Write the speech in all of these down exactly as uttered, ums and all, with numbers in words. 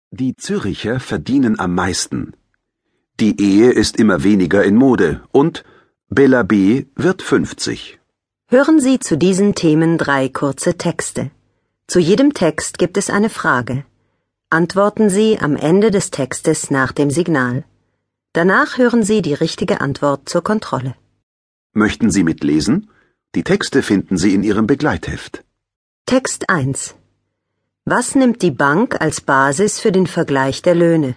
Die Züricher verdienen am meisten. Die Ehe ist immer weniger in Mode und Bela B. wird fünfzig. Hören Sie zu diesen Themen drei kurze Texte. Zu jedem Text gibt es eine Frage. Antworten Sie am Ende des Textes nach dem Signal. Danach hören Sie die richtige Antwort zur Kontrolle. Möchten Sie mitlesen? Die Texte finden Sie in Ihrem Begleitheft. Text eins. Was nimmt die Bank als Basis für den Vergleich der Löhne?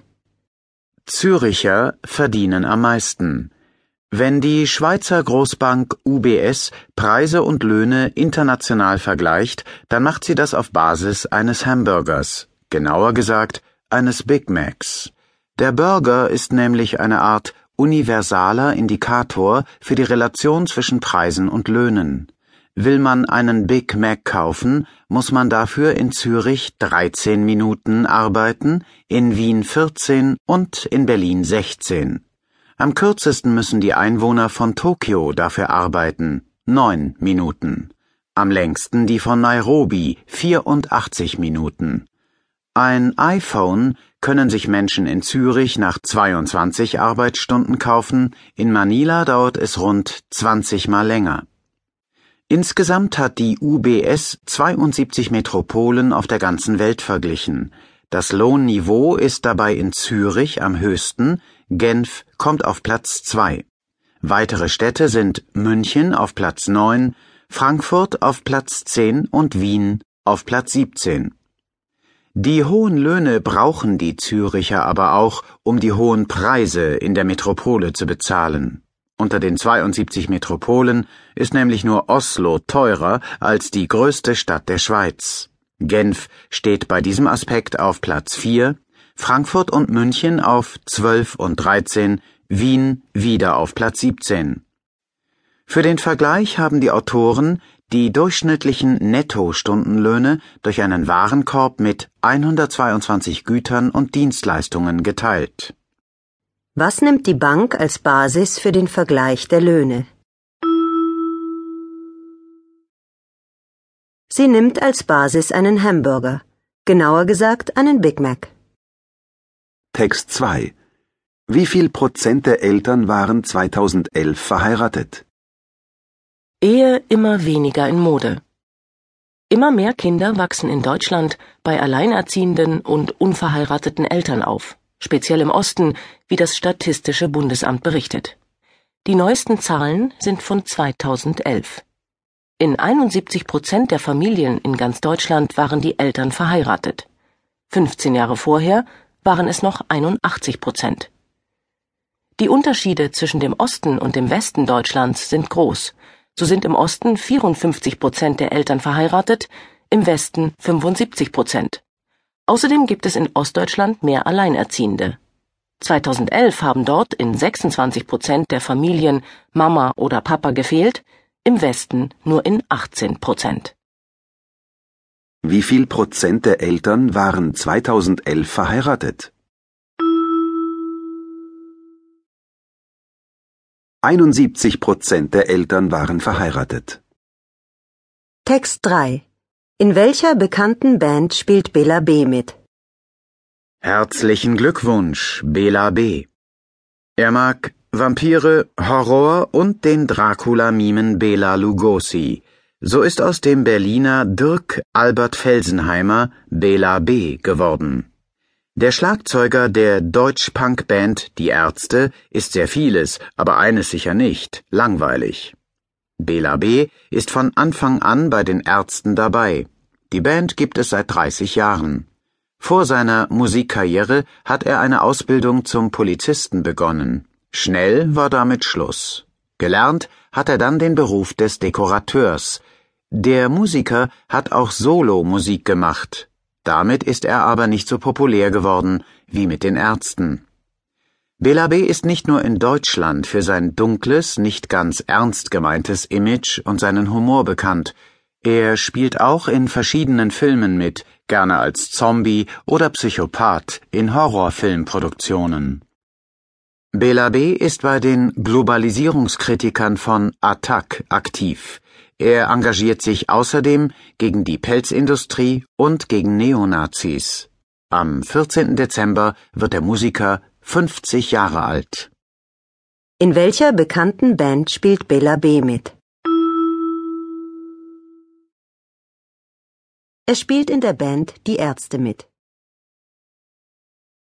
Züricher verdienen am meisten. Wenn die Schweizer Großbank U B S Preise und Löhne international vergleicht, dann macht sie das auf Basis eines Hamburgers, genauer gesagt eines Big Macs. Der Burger ist nämlich eine Art universaler Indikator für die Relation zwischen Preisen und Löhnen. Will man einen Big Mac kaufen, muss man dafür in Zürich dreizehn Minuten arbeiten, in Wien vierzehn und in Berlin sechzehn. Am kürzesten müssen die Einwohner von Tokio dafür arbeiten, neun Minuten. Am längsten die von Nairobi, vierundachtzig Minuten. Ein iPhone können sich Menschen in Zürich nach zweiundzwanzig Arbeitsstunden kaufen, in Manila dauert es rund zwanzig Mal länger. Insgesamt hat die U B S zweiundsiebzig Metropolen auf der ganzen Welt verglichen. Das Lohnniveau ist dabei in Zürich am höchsten, Genf kommt auf Platz zwei. Weitere Städte sind München auf Platz neun, Frankfurt auf Platz zehn und Wien auf Platz siebzehn. Die hohen Löhne brauchen die Züricher aber auch, um die hohen Preise in der Metropole zu bezahlen. Unter den zweiundsiebzig Metropolen ist nämlich nur Oslo teurer als die größte Stadt der Schweiz. Genf steht bei diesem Aspekt auf Platz vier, Frankfurt und München auf zwölf und dreizehn, Wien wieder auf Platz siebzehn. Für den Vergleich haben die Autoren die durchschnittlichen Nettostundenlöhne durch einen Warenkorb mit hundertzweiundzwanzig Gütern und Dienstleistungen geteilt. Was nimmt die Bank als Basis für den Vergleich der Löhne? Sie nimmt als Basis einen Hamburger, genauer gesagt einen Big Mac. Text zwei. Wie viel Prozent der Eltern waren zweitausendelf verheiratet? Ehe immer weniger in Mode. Immer mehr Kinder wachsen in Deutschland bei alleinerziehenden und unverheirateten Eltern auf, speziell im Osten, wie das Statistische Bundesamt berichtet. Die neuesten Zahlen sind von zweitausendelf. In einundsiebzig Prozent der Familien in ganz Deutschland waren die Eltern verheiratet. fünfzehn Jahre vorher waren es noch einundachtzig Prozent. Die Unterschiede zwischen dem Osten und dem Westen Deutschlands sind groß. So sind im Osten vierundfünfzig Prozent der Eltern verheiratet, im Westen fünfundsiebzig Prozent. Außerdem gibt es in Ostdeutschland mehr Alleinerziehende. zweitausendelf haben dort in sechsundzwanzig Prozent der Familien Mama oder Papa gefehlt, im Westen nur in achtzehn Prozent. Wie viel Prozent der Eltern waren zweitausendelf verheiratet? einundsiebzig Prozent der Eltern waren verheiratet. Text drei. In welcher bekannten Band spielt Bela B. mit? Herzlichen Glückwunsch, Bela B. Er mag Vampire, Horror und den Dracula-Mimen Bela Lugosi. So ist aus dem Berliner Dirk Albert Felsenheimer Bela B. geworden. Der Schlagzeuger der Deutsch-Punk-Band Die Ärzte ist sehr vieles, aber eines sicher nicht, langweilig. Bela B. ist von Anfang an bei den Ärzten dabei. Die Band gibt es seit dreißig Jahren. Vor seiner Musikkarriere hat er eine Ausbildung zum Polizisten begonnen. Schnell war damit Schluss. Gelernt hat er dann den Beruf des Dekorateurs. Der Musiker hat auch Solo-Musik gemacht. Damit ist er aber nicht so populär geworden wie mit den Ärzten. Bela B. ist nicht nur in Deutschland für sein dunkles, nicht ganz ernst gemeintes Image und seinen Humor bekannt. Er spielt auch in verschiedenen Filmen mit, gerne als Zombie oder Psychopath in Horrorfilmproduktionen. Bela B. ist bei den Globalisierungskritikern von Attac aktiv. Er engagiert sich außerdem gegen die Pelzindustrie und gegen Neonazis. Am vierzehnten Dezember wird der Musiker fünfzig Jahre alt. In welcher bekannten Band spielt Bela B. mit? Er spielt in der Band Die Ärzte mit.